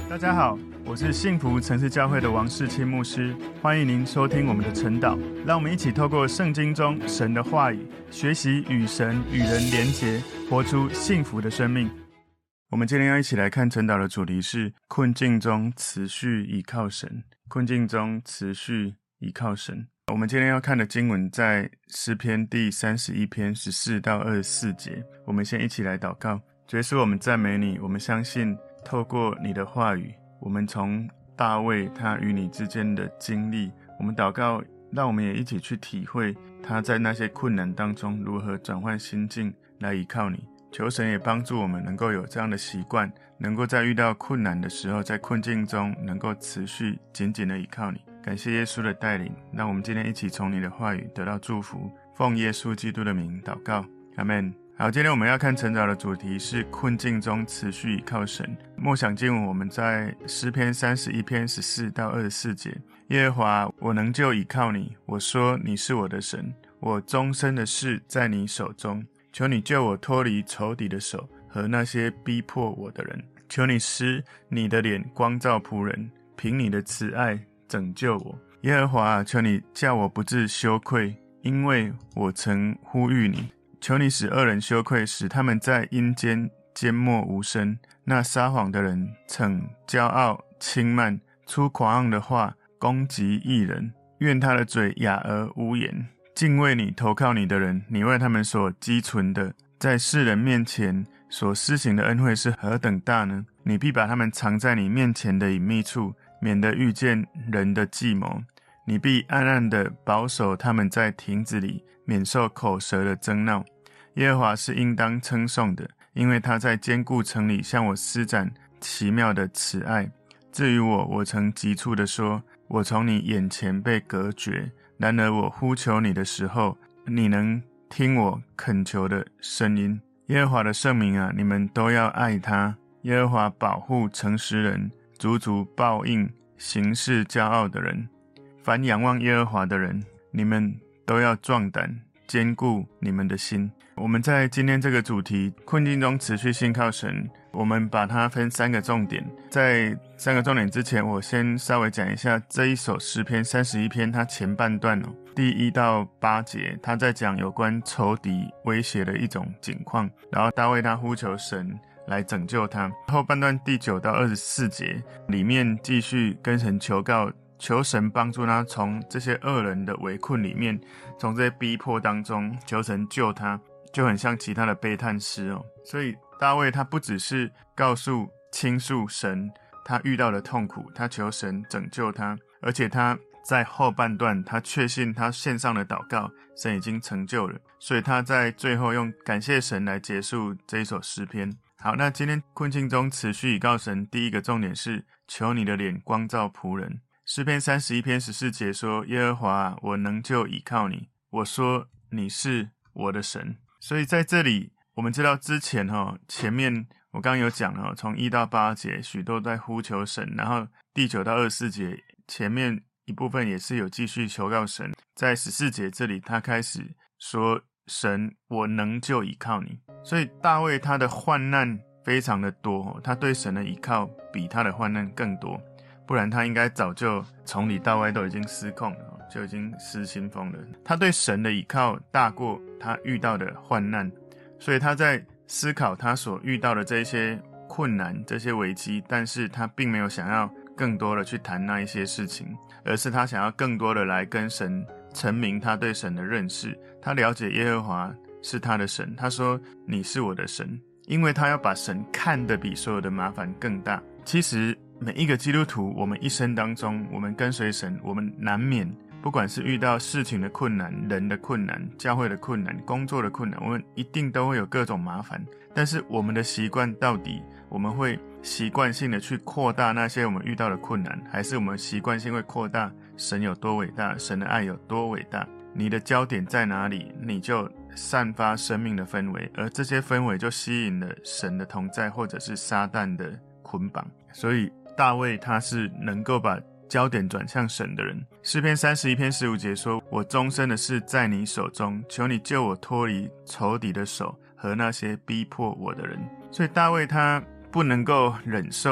大家好，我是幸福城市教会的王世清牧师，欢迎您收听我们的晨祷。让我们一起透过圣经中神的话语，学习与神与人连结，活出幸福的生命。我们今天要一起来看晨祷的主题是困境中持续倚靠神。困境中持续倚靠神。我们今天要看的经文在诗篇第31篇14到24节。我们先一起来祷告。主耶稣，我们赞美你，我们相信透过你的话语，我们从大卫他与你之间的经历，我们祷告，让我们也一起去体会他在那些困难当中如何转换心境来依靠你。求神也帮助我们能够有这样的习惯，能够在遇到困难的时候，在困境中能够持续紧紧的依靠你。感谢耶稣的带领，让我们今天一起从你的话语得到祝福。奉耶稣基督的名祷告，阿们。好，今天我们要看晨祷的主题是困境中持续倚靠神。默想经文我们在诗篇31篇14到24节。耶和华，我能就倚靠你，我说你是我的神，我终身的事在你手中。求你救我脱离仇敌的手和那些逼迫我的人。求你使你的脸光照仆人，凭你的慈爱拯救我。耶和华，求你叫我不致羞愧，因为我曾呼吁你。求你使恶人羞愧，使他们在阴间缄默无声。那撒谎的人逞骄傲轻慢，出狂妄的话攻击义人。愿他的嘴哑而无言。敬畏你投靠你的人，你为他们所积存的，在世人面前所施行的恩惠是何等大呢？你必把他们藏在你面前的隐秘处，免得遇见人的计谋。你必暗暗地保守他们在亭子里，免受口舌的争闹。耶和华是应当称颂的，因为他在坚固城里向我施展奇妙的慈爱。至于我，我曾急促地说，我从你眼前被隔绝。然而我呼求你的时候，你能听我恳求的声音。耶和华的圣名啊，你们都要爱他。耶和华保护诚实人，足足报应行事骄傲的人。凡仰望耶和华的人，你们都要壮胆，坚固你们的心。我们在今天这个主题困境中持续信靠神，我们把它分3个重点。在3个重点之前，我先稍微讲一下这一首诗篇31篇它前半段第1到8节，他在讲有关仇敌威胁的一种景况，然后大卫他呼求神来拯救他。后半段第9到24节里面继续跟神求告，求神帮助他从这些恶人的围困里面，从这些逼迫当中求神救他，就很像其他的悲叹诗所以大卫他不只是倾诉神他遇到的痛苦，他求神拯救他，而且他在后半段他确信他献上的祷告神已经成就了，所以他在最后用感谢神来结束这一首诗篇。好，那今天困境中持续倚靠神，第一个重点是求你的脸光照仆人。诗篇31篇14节说，耶和华，我能就倚靠你，我说你是我的神。所以在这里我们知道之前前面我刚刚有讲从1到8节许多在呼求神，然后第9到24节前面一部分也是有继续求告神。在14节这里他开始说，神，我能就倚靠你。所以大卫他的患难非常的多，他对神的倚靠比他的患难更多，不然他应该早就从里到外都已经失控了，就已经失心疯了。他对神的倚靠大过他遇到的患难，所以他在思考他所遇到的这些困难，这些危机，但是他并没有想要更多的去谈那一些事情，而是他想要更多的来跟神陈明他对神的认识。他了解耶和华是他的神，他说你是我的神，因为他要把神看得比所有的麻烦更大。其实每一个基督徒，我们一生当中，我们跟随神，我们难免不管是遇到事情的困难、人的困难、教会的困难、工作的困难，我们一定都会有各种麻烦。但是我们的习惯到底，我们会习惯性的去扩大那些我们遇到的困难，还是我们习惯性会扩大神有多伟大，神的爱有多伟大？你的焦点在哪里，你就散发生命的氛围，而这些氛围就吸引了神的同在，或者是撒旦的捆绑。所以大卫他是能够把焦点转向神的人。诗篇31篇15节说，我终身的事在你手中，求你救我脱离仇敌的手和那些逼迫我的人。所以大卫他不能够忍受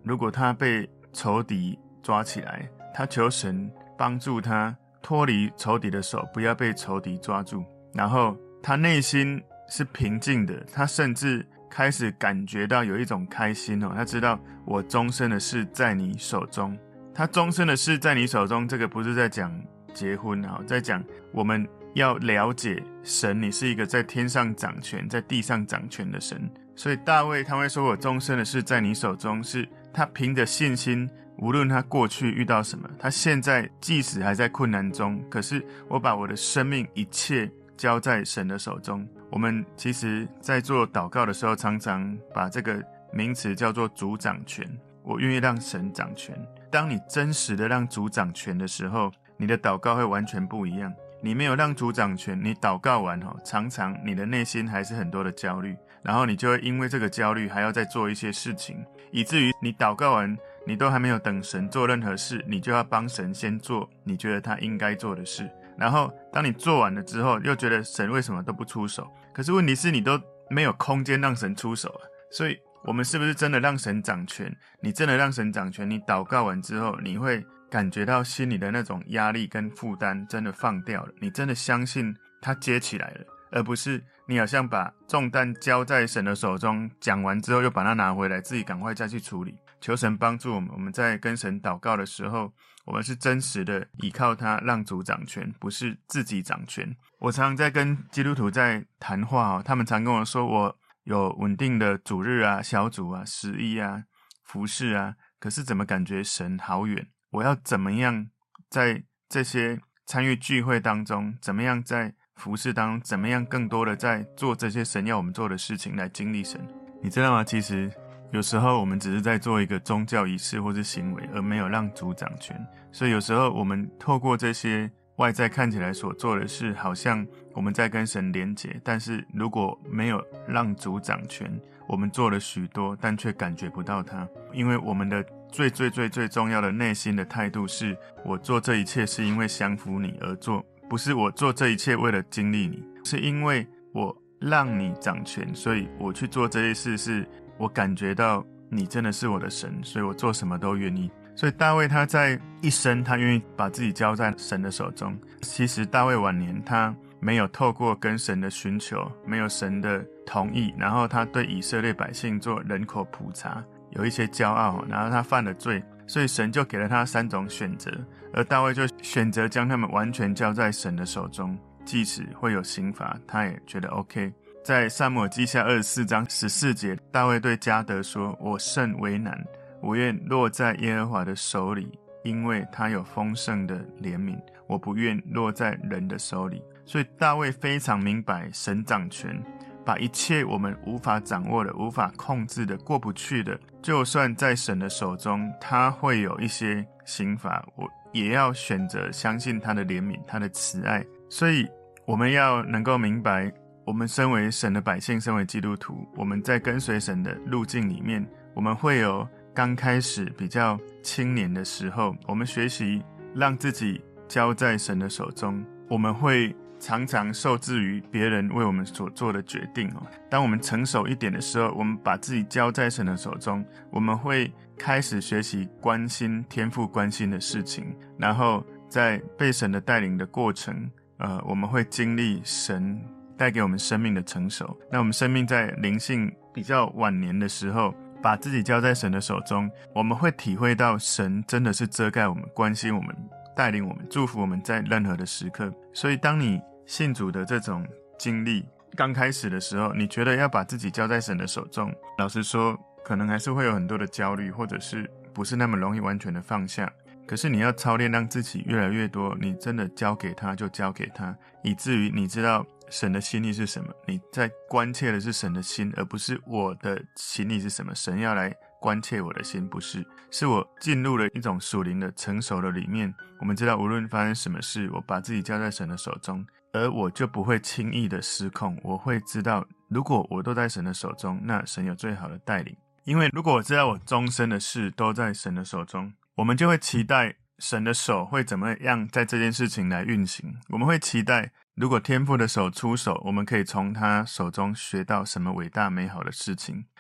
如果他被仇敌抓起来，他求神帮助他脱离仇敌的手，不要被仇敌抓住，然后他内心是平静的，他甚至开始感觉到有一种开心他知道我终身的事在你手中。他终身的事在你手中，这个不是在讲结婚在讲我们要了解神，你是一个在天上掌权在地上掌权的神。所以大卫他会说我终身的事在你手中，是他凭着信心，无论他过去遇到什么，他现在即使还在困难中，可是我把我的生命一切交在神的手中。我们其实在做祷告的时候，常常把这个名词叫做主掌权，我愿意让神掌权。当你真实的让主掌权的时候，你的祷告会完全不一样。你没有让主掌权，你祷告完常常你的内心还是很多的焦虑，然后你就会因为这个焦虑还要再做一些事情，以至于你祷告完，你都还没有等神做任何事，你就要帮神先做你觉得他应该做的事，然后当你做完了之后，又觉得神为什么都不出手？可是问题是你都没有空间让神出手所以我们是不是真的让神掌权？你真的让神掌权，你祷告完之后，你会感觉到心里的那种压力跟负担真的放掉了，你真的相信他接起来了，而不是你好像把重担交在神的手中，讲完之后又把它拿回来，自己赶快再去处理。求神帮助我们，我们在跟神祷告的时候，我们是真实的依靠他，让主掌权，不是自己掌权。我常常在跟基督徒在谈话他们常跟我说，我有稳定的主日小组十一服事可是怎么感觉神好远？我要怎么样在这些参与聚会当中，怎么样在服事当中，怎么样更多的在做这些神要我们做的事情来经历神？你知道吗？其实有时候我们只是在做一个宗教仪式或是行为，而没有让主掌权。所以有时候我们透过这些外在看起来所做的事，好像我们在跟神连结，但是如果没有让主掌权，我们做了许多，但却感觉不到他。因为我们的最重要的内心的态度是，我做这一切是因为降服你而做，不是我做这一切为了经历你，是因为我让你掌权，所以我去做这些事，是我感觉到你真的是我的神，所以我做什么都愿意。所以大卫他在一生，他愿意把自己交在神的手中。其实大卫晚年他没有透过跟神的寻求，没有神的同意，然后他对以色列百姓做人口普查，有一些骄傲，然后他犯了罪，所以神就给了他3种选择，而大卫就选择将他们完全交在神的手中，即使会有刑罚，他也觉得 OK。 在撒母耳记下24章14节，大卫对迦得说，我甚为难，我愿落在耶和华的手里，因为他有丰盛的怜悯，我不愿落在人的手里。所以大卫非常明白神掌权，把一切我们无法掌握的、无法控制的、过不去的，就算在神的手中，他会有一些刑罚，我也要选择相信他的怜悯、他的慈爱。所以我们要能够明白，我们身为神的百姓，身为基督徒，我们在跟随神的路径里面，我们会有刚开始比较青年的时候，我们学习让自己交在神的手中，我们会常常受制于别人为我们所做的决定当我们成熟一点的时候，我们把自己交在神的手中，我们会开始学习关心天父关心的事情，然后在被神的带领的过程我们会经历神带给我们生命的成熟。那我们生命在灵性比较晚年的时候，把自己交在神的手中，我们会体会到神真的是遮盖我们、关心我们、带领我们、祝福我们在任何的时刻。所以当你信主的这种经历刚开始的时候，你觉得要把自己交在神的手中，老实说可能还是会有很多的焦虑，或者是不是那么容易完全的放下。可是你要操练让自己越来越多，你真的交给他就交给他，以至于你知道神的心意是什么，你在关切的是神的心，而不是我的心意是什么，神要来关切我的心，不是，是我进入了一种属灵的成熟的里面。我们知道无论发生什么事，我把自己交在神的手中，而我就不会轻易的失控。我会知道如果我都在神的手中，那神有最好的带领。因为如果我知道我终身的事都在神的手中，我们就会期待神的手会怎么样在这件事情来运行。我们会期待如果天父的手出手，我们可以从他手中学到什么伟大美好的事情。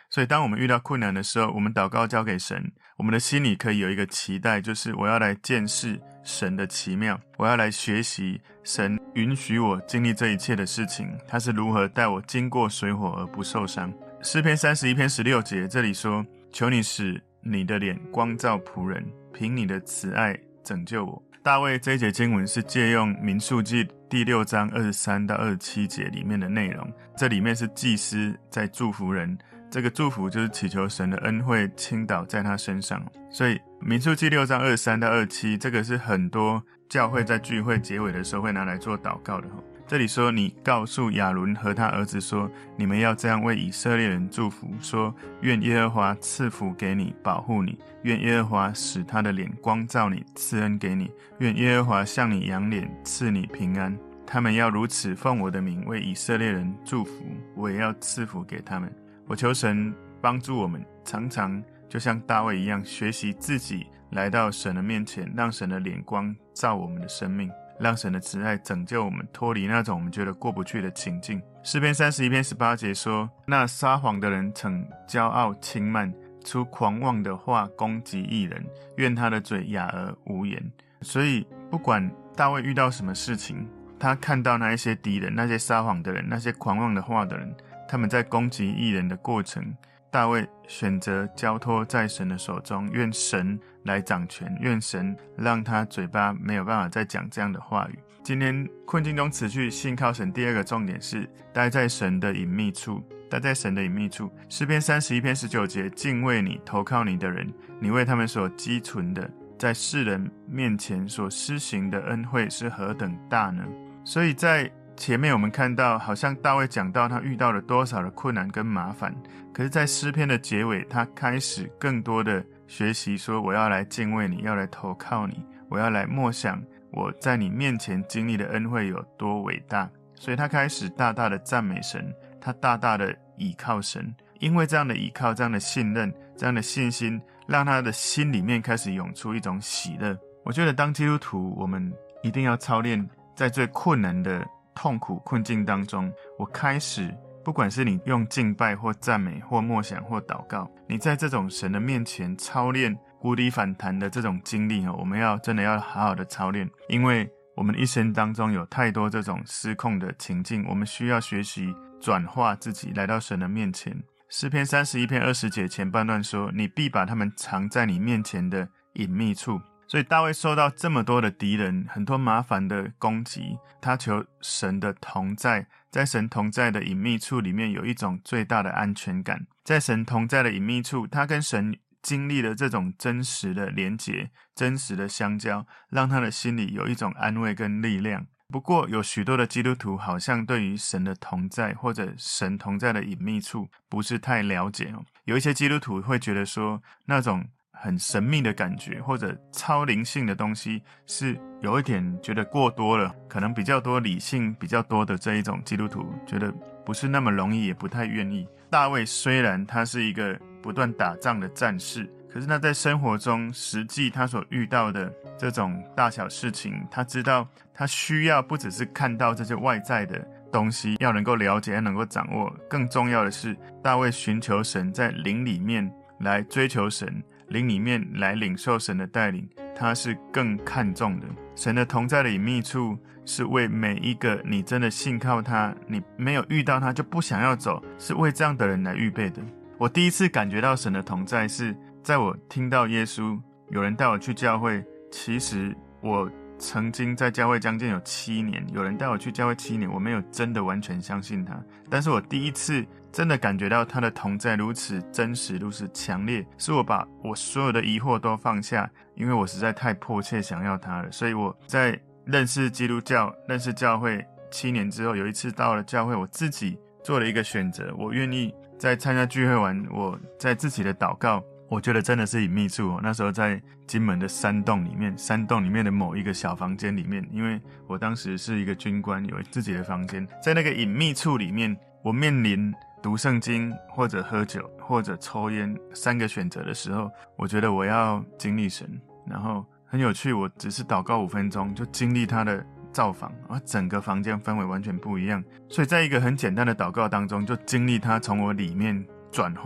所以当我们遇到困难的时候，我们祷告交给神，我们的心里可以有一个期待，就是我要来见识神的奇妙，我要来学习神允许我经历这一切的事情，他是如何带我经过水火而不受伤。诗篇31篇16节这里说，求你使你的脸光照仆人，凭你的慈爱拯救我。大卫这一节经文是借用民数记第6章23到27节里面的内容，这里面是祭司在祝福人，这个祝福就是祈求神的恩惠倾倒在他身上。所以民数记6章23到27，这个是很多教会在聚会结尾的时候会拿来做祷告的。这里说，你告诉亚伦和他儿子说，你们要这样为以色列人祝福，说，愿耶和华赐福给你，保护你，愿耶和华使他的脸光照你，赐恩给你，愿耶和华向你扬脸，赐你平安。他们要如此奉我的名为以色列人祝福，我也要赐福给他们。我求神帮助我们，常常就像大卫一样，学习自己来到神的面前，让神的脸光照我们的生命，让神的慈爱拯救我们，脱离那种我们觉得过不去的情境。诗篇31篇18节说，那撒谎的人曾骄傲轻慢，出狂妄的话攻击义人，愿他的嘴哑而无言。所以不管大卫遇到什么事情，他看到那一些敌人，那些撒谎的人，那些狂妄的话的人，他们在攻击义人的过程，大卫选择交托在神的手中，愿神来掌权，愿神让他嘴巴没有办法再讲这样的话语。今天困境中持续信靠神，第二个重点是待在神的隐秘处，待在神的隐秘处。诗篇31篇19节，敬畏你投靠你的人，你为他们所积存的，在世人面前所施行的恩惠是何等大呢？所以在前面我们看到，好像大卫讲到他遇到了多少的困难跟麻烦，可是在诗篇的结尾，他开始更多的学习说，我要来敬畏你，要来投靠你，我要来默想我在你面前经历的恩惠有多伟大。所以他开始大大的赞美神，他大大的倚靠神，因为这样的倚靠，这样的信任，这样的信心，让他的心里面开始涌出一种喜乐。我觉得当基督徒，我们一定要操练在最困难的痛苦困境当中，我开始，不管是你用敬拜或赞美或默想或祷告，你在这种神的面前操练谷底反弹的这种经历，我们真的要好好的操练，因为我们一生当中有太多这种失控的情境，我们需要学习转化自己来到神的面前。诗篇31篇20节前半段说，你必把他们藏在你面前的隐秘处。所以大卫受到这么多的敌人，很多麻烦的攻击，他求神的同在，在神同在的隐秘处里面有一种最大的安全感，在神同在的隐秘处，他跟神经历了这种真实的连结，真实的相交，让他的心里有一种安慰跟力量。不过有许多的基督徒好像对于神的同在或者神同在的隐秘处不是太了解，有一些基督徒会觉得说，那种很神秘的感觉或者超灵性的东西是有一点觉得过多了，可能比较多理性比较多的这一种基督徒觉得不是那么容易，也不太愿意。大卫虽然他是一个不断打仗的战士，可是他在生活中实际他所遇到的这种大小事情，他知道他需要不只是看到这些外在的东西，要能够了解，要能够掌握，更重要的是大卫寻求神，在灵里面来追求神，灵里面来领受神的带领，他是更看重的。神的同在的隐秘处是为每一个你真的信靠他，你没有遇到他就不想要走，是为这样的人来预备的。我第一次感觉到神的同在是在我听到耶稣有人带我去教会，其实我曾经在教会将近有7年，有人带我去教会7年，我没有真的完全相信他，但是我第一次真的感觉到他的同在如此真实，如此强烈，是我把我所有的疑惑都放下，因为我实在太迫切想要他了。所以我在认识基督教，认识教会7年之后，有一次到了教会，我自己做了一个选择，我愿意在参加聚会完，我在自己的祷告，我觉得真的是隐秘处。那时候在金门的山洞里面的某一个小房间里面，因为我当时是一个军官，有自己的房间，在那个隐秘处里面，我面临读圣经或者喝酒或者抽烟3个选择的时候，我觉得我要经历神，然后很有趣，我只是祷告5分钟就经历他的造访，整个房间氛围完全不一样。所以在一个很简单的祷告当中，就经历他从我里面转化，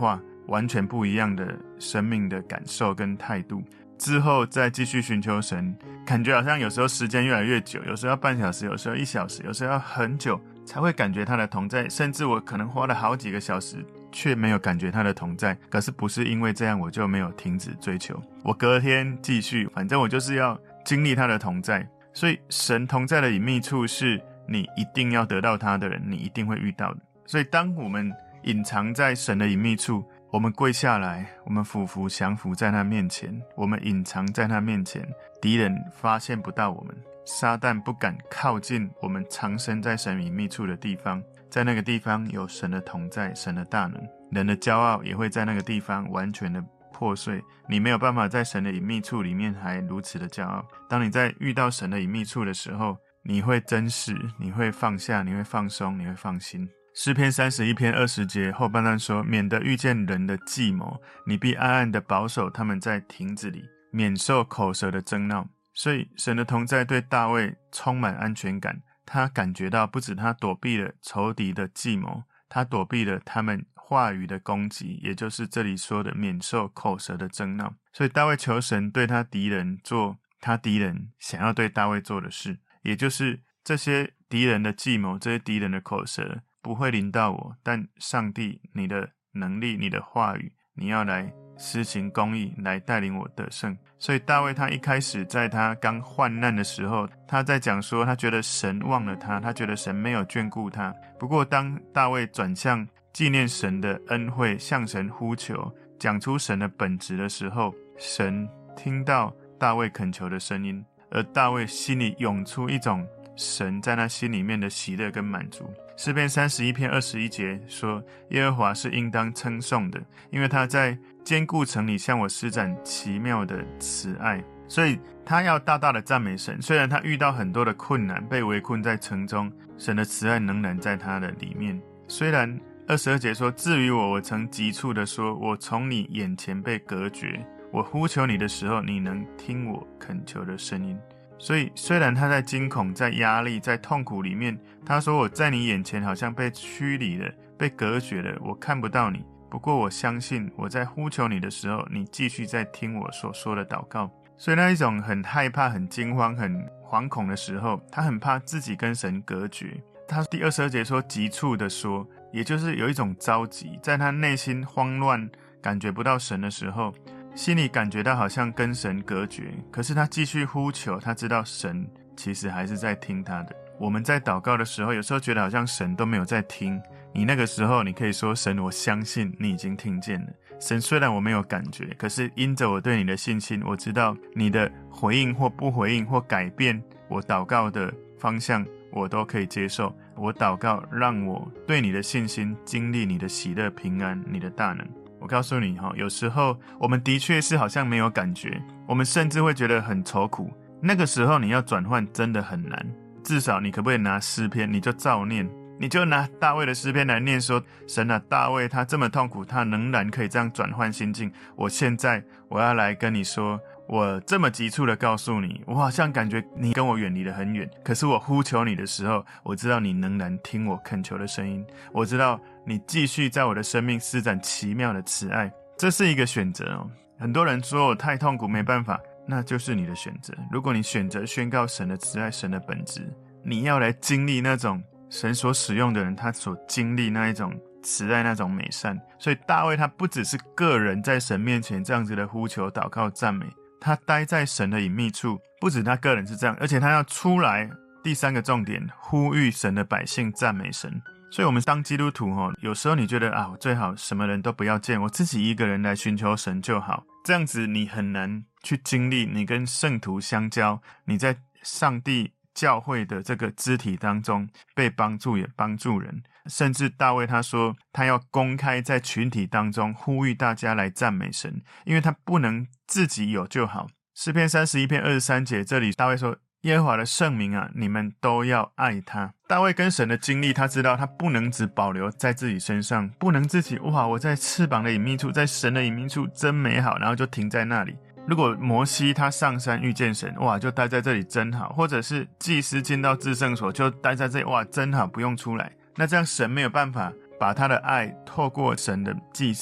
完全不一样的生命的感受跟态度。之后再继续寻求神，感觉好像有时候时间越来越久，有时候要半小时，有时候1小时，有时候要很久才会感觉他的同在，甚至我可能花了好几个小时却没有感觉他的同在。可是不是因为这样我就没有停止追求，我隔天继续，反正我就是要经历他的同在。所以神同在的隐秘处是你一定要得到他的人，你一定会遇到的。所以当我们隐藏在神的隐秘处，我们跪下来，我们俯伏降服在他面前，我们隐藏在他面前，敌人发现不到我们，撒旦不敢靠近我们藏身在神隐秘处的地方。在那个地方有神的同在，神的大能，人的骄傲也会在那个地方完全的破碎。你没有办法在神的隐秘处里面还如此的骄傲。当你在遇到神的隐秘处的时候，你会真实，你会放下，你会放松，你会放心。诗篇31篇20节后半段说，免得遇见人的计谋，你必暗暗的保守他们在亭子里，免受口舌的争闹。所以神的同在对大卫充满安全感，他感觉到不止他躲避了仇敌的计谋，他躲避了他们话语的攻击，也就是这里说的免受口舌的争闹。所以大卫求神对他敌人做他敌人想要对大卫做的事，也就是这些敌人的计谋，这些敌人的口舌不会临到我，但上帝你的能力，你的话语，你要来施行公义，来带领我得胜。所以大卫他一开始在他刚患难的时候，他在讲说他觉得神忘了他，他觉得神没有眷顾他。不过当大卫转向纪念神的恩惠，向神呼求，讲出神的本质的时候，神听到大卫恳求的声音，而大卫心里涌出一种神在他心里面的喜乐跟满足。诗篇31篇21节说，耶和华是应当称颂的，因为他在坚固城里向我施展奇妙的慈爱。所以他要大大的赞美神，虽然他遇到很多的困难，被围困在城中，神的慈爱仍然在他的里面。虽然22节说，至于我曾急促的说，我从你眼前被隔绝，我呼求你的时候，你能听我恳求的声音。所以虽然他在惊恐，在压力，在痛苦里面，他说我在你眼前好像被驱离了，被隔绝了，我看不到你。不过我相信我在呼求你的时候，你继续在听我所说的祷告。所以那一种很害怕，很惊慌，很惶恐的时候，他很怕自己跟神隔绝。他第22节说急促的说，也就是有一种着急，在他内心慌乱，感觉不到神的时候，心里感觉到好像跟神隔绝，可是他继续呼求，他知道神其实还是在听他的。我们在祷告的时候，有时候觉得好像神都没有在听，你那个时候你可以说，神，我相信你已经听见了。神，虽然我没有感觉，可是因着我对你的信心，我知道你的回应或不回应或改变我祷告的方向，我都可以接受。我祷告，让我对你的信心经历你的喜乐平安，你的大能。我告诉你，有时候我们的确是好像没有感觉，我们甚至会觉得很愁苦，那个时候你要转换真的很难。至少你可不可以拿诗篇，你就照念，你就拿大卫的诗篇来念说，神啊，大卫他这么痛苦，他仍然可以这样转换心境。我现在我要来跟你说，我这么急促的告诉你，我好像感觉你跟我远离得很远，可是我呼求你的时候，我知道你仍然听我恳求的声音，我知道你继续在我的生命施展奇妙的慈爱。这是一个选择哦。很多人说我太痛苦没办法，那就是你的选择。如果你选择宣告神的慈爱，神的本质，你要来经历那种神所使用的人他所经历那一种慈爱，那种美善。所以大卫他不只是个人在神面前这样子的呼求祷告赞美，他待在神的隐秘处，不止他个人是这样，而且他要出来，第三个重点，呼吁神的百姓赞美神。所以我们当基督徒有时候你觉得我最好什么人都不要见，我自己一个人来寻求神就好，这样子你很难去经历你跟圣徒相交，你在上帝教会的这个肢体当中被帮助也帮助人。甚至大卫他说他要公开在群体当中呼吁大家来赞美神，因为他不能自己有就好。诗篇31篇23节，这里大卫说，耶和华的圣名啊，你们都要爱他。大卫跟神的经历，他知道他不能只保留在自己身上，不能自己我在翅膀的隐秘处，在神的隐秘处真美好，然后就停在那里。如果摩西他上山遇见神，就待在这里真好，或者是祭司进到至圣所就待在这里，真好，不用出来。那这样神没有办法把他的爱透过神的祭司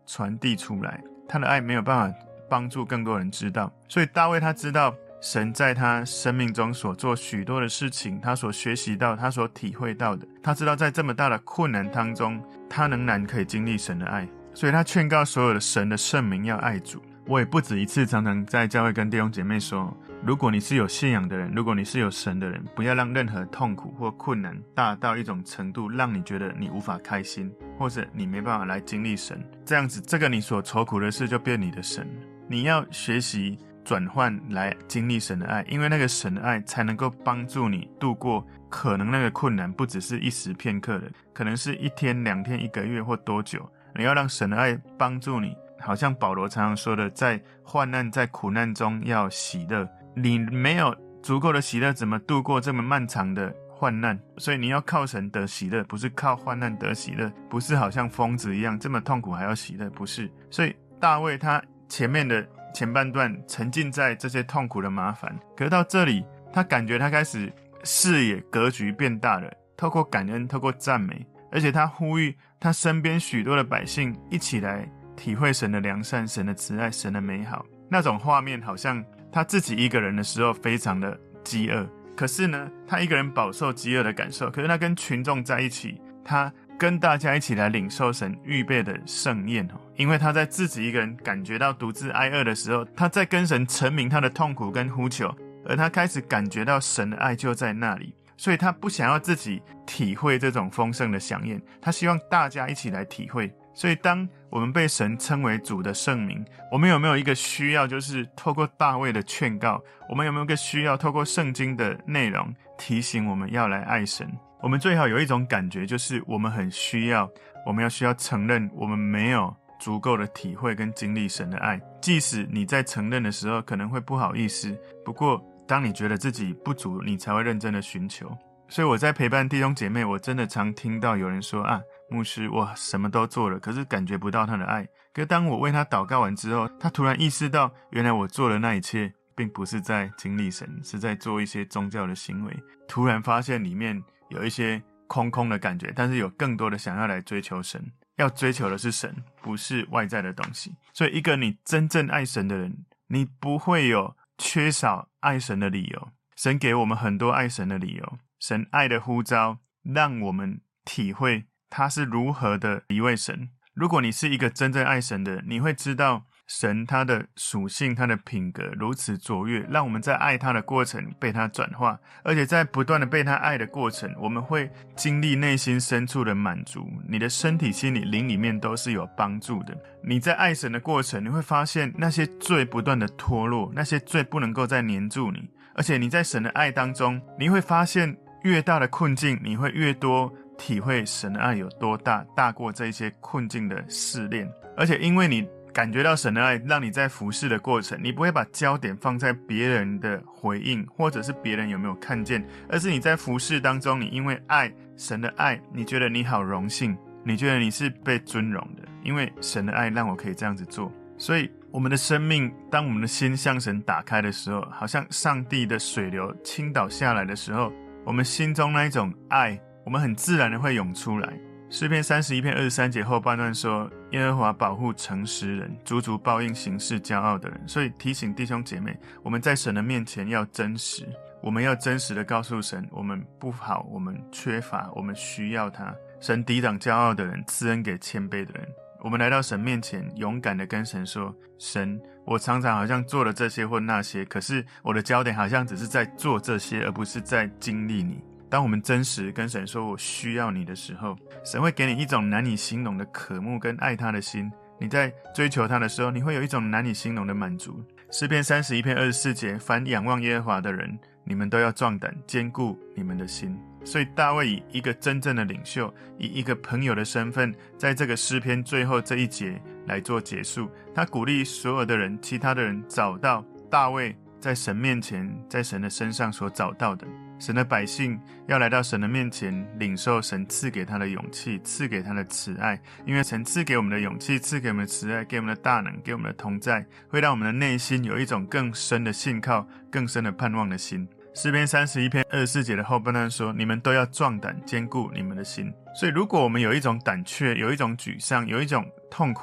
传递出来，他的爱没有办法帮助更多人知道。所以大卫他知道神在他生命中所做许多的事情，他所学习到，他所体会到的，他知道在这么大的困难当中，他仍然可以经历神的爱，所以他劝告所有的神的圣民要爱主。我也不止一次常常在教会跟弟兄姐妹说，如果你是有信仰的人，如果你是有神的人，不要让任何痛苦或困难大到一种程度，让你觉得你无法开心，或者你没办法来经历神，这样子这个你所愁苦的事就变你的神。你要学习转换来经历神的爱，因为那个神的爱才能够帮助你度过可能那个困难不只是一时片刻的，可能是1天2天1个月或多久。你要让神的爱帮助你，好像保罗常常说的，在患难在苦难中要喜乐。你没有足够的喜乐，怎么度过这么漫长的患难？所以你要靠神得喜乐，不是靠患难得喜乐，不是好像疯子一样这么痛苦还要喜乐，不是。所以大卫他前面的前半段沉浸在这些痛苦的麻烦，可是到这里他感觉他开始视野格局变大了，透过感恩，透过赞美，而且他呼吁他身边许多的百姓一起来体会神的良善，神的慈爱，神的美好。那种画面好像他自己一个人的时候非常的饥饿，可是呢他一个人饱受饥饿的感受，可是他跟群众在一起，他跟大家一起来领受神预备的盛宴。因为他在自己一个人感觉到独自挨饿的时候，他在跟神陈明他的痛苦跟呼求，而他开始感觉到神的爱就在那里，所以他不想要自己体会这种丰盛的飨宴，他希望大家一起来体会。所以当我们被神称为主的圣民，我们有没有一个需要，就是透过大卫的劝告，我们有没有一个需要透过圣经的内容提醒我们要来爱神？我们最好有一种感觉，就是我们很需要，我们要需要承认我们没有足够的体会跟经历神的爱。即使你在承认的时候可能会不好意思，不过当你觉得自己不足，你才会认真的寻求。所以我在陪伴弟兄姐妹，我真的常听到有人说牧师，我什么都做了，可是感觉不到他的爱。可是当我为他祷告完之后，他突然意识到，原来我做的那一切并不是在经历神，是在做一些宗教的行为。突然发现里面有一些空空的感觉，但是有更多的想要来追求神，要追求的是神，不是外在的东西。所以一个你真正爱神的人，你不会有缺少爱神的理由。神给我们很多爱神的理由，神爱的呼召让我们体会他是如何的一位神。如果你是一个真正爱神的人，你会知道神他的属性，他的品格如此卓越，让我们在爱他的过程被他转化，而且在不断的被他爱的过程，我们会经历内心深处的满足，你的身体心理灵里面都是有帮助的。你在爱神的过程，你会发现那些罪不断的脱落，那些罪不能够再黏住你，而且你在神的爱当中，你会发现越大的困境，你会越多体会神的爱有多大，大过这些困境的试炼。而且因为你感觉到神的爱，让你在服侍的过程，你不会把焦点放在别人的回应，或者是别人有没有看见，而是你在服侍当中，你因为爱神的爱，你觉得你好荣幸，你觉得你是被尊荣的，因为神的爱让我可以这样子做。所以我们的生命，当我们的心向神打开的时候，好像上帝的水流倾倒下来的时候，我们心中那一种爱，我们很自然的会涌出来。诗篇31篇23节后半段说，耶和华保护诚实人，足足报应行事骄傲的人。所以提醒弟兄姐妹，我们在神的面前要真实，我们要真实的告诉神，我们不好，我们缺乏，我们需要他。神抵挡骄傲的人，赐恩给谦卑的人。我们来到神面前，勇敢的跟神说，神，我常常好像做了这些或那些，可是我的焦点好像只是在做这些，而不是在经历你。当我们真实跟神说我需要你的时候，神会给你一种难以形容的渴慕跟爱他的心。你在追求他的时候，你会有一种难以形容的满足。诗篇31篇24节，凡仰望耶和华的人，你们都要壮胆，坚固你们的心。所以大卫以一个真正的领袖，以一个朋友的身份，在这个诗篇最后这一节来做结束。他鼓励所有的人，其他的人找到大卫在神面前，在神的身上所找到的。神的百姓要来到神的面前，领受神赐给他的勇气，赐给他的慈爱。因为神赐给我们的勇气，赐给我们的慈爱，给我们的大能，给我们的同在，会让我们的内心有一种更深的信靠，更深的盼望的心。诗篇31篇24节的后半段说，你们都要壮胆，坚固你们的心。所以如果我们有一种胆怯，有一种沮丧，有一种痛苦，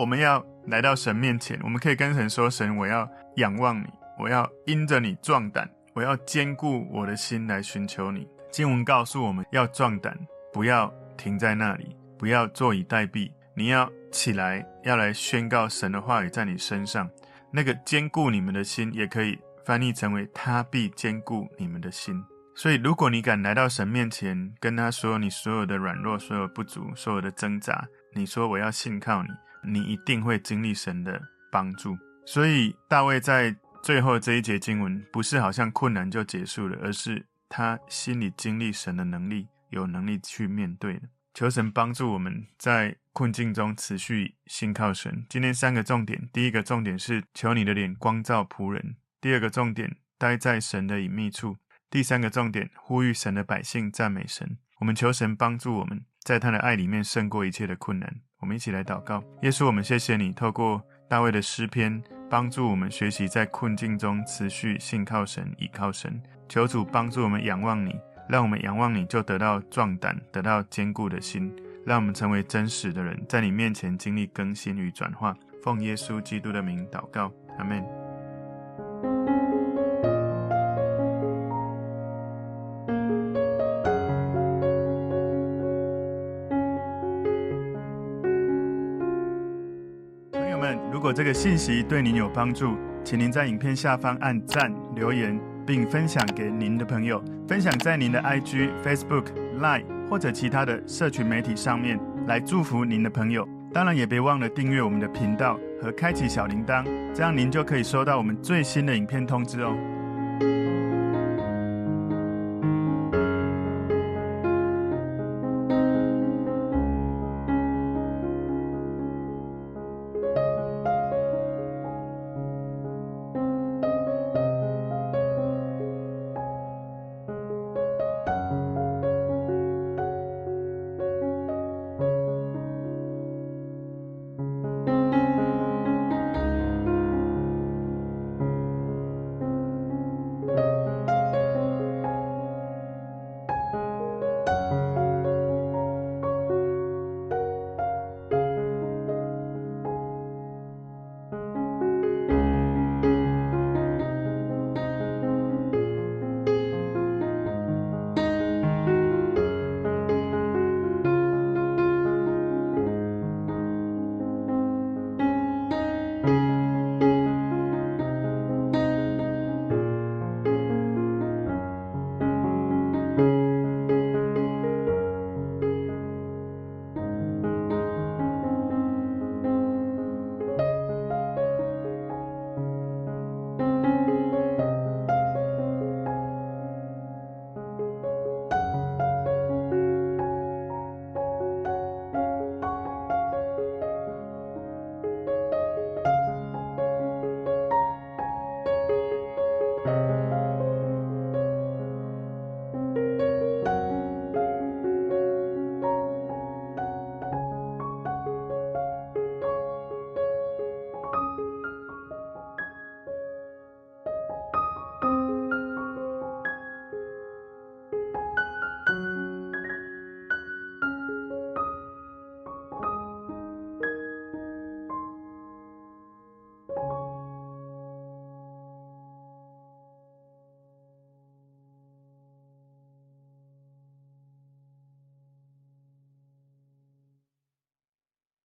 我们要来到神面前，我们可以跟神说，神，我要仰望你，我要因着你壮胆，我要坚固我的心来寻求你。经文告诉我们要壮胆，不要停在那里，不要坐以待毙，你要起来，要来宣告神的话语在你身上。那个坚固你们的心也可以翻译成为他必坚固你们的心。所以如果你敢来到神面前，跟他说你所有的软弱，所有不足，所有的挣扎，你说我要信靠你，你一定会经历神的帮助。所以大卫在最后这一节经文，不是好像困难就结束了，而是他心里经历神的能力，有能力去面对的。求神帮助我们在困境中持续信靠神。今天3个重点，第一个重点是求你的脸光照仆人，第二个重点待在神的隐秘处，第3个重点呼吁神的百姓赞美神。我们求神帮助我们在他的爱里面胜过一切的困难。我们一起来祷告。耶稣，我们谢谢你透过大卫的诗篇帮助我们学习在困境中持续信靠神，倚靠神。求主帮助我们仰望你，让我们仰望你就得到壮胆，得到坚固的心，让我们成为真实的人，在你面前经历更新与转化。奉耶稣基督的名祷告，阿们。朋友们，如果这个信息对您有帮助，请您在影片下方按赞、留言，并分享给您的朋友，分享在您的 IG、Facebook、Line 或者其他的社群媒体上面，来祝福您的朋友。当然也别忘了订阅我们的频道和开启小铃铛，这样您就可以收到我们最新的影片通知哦。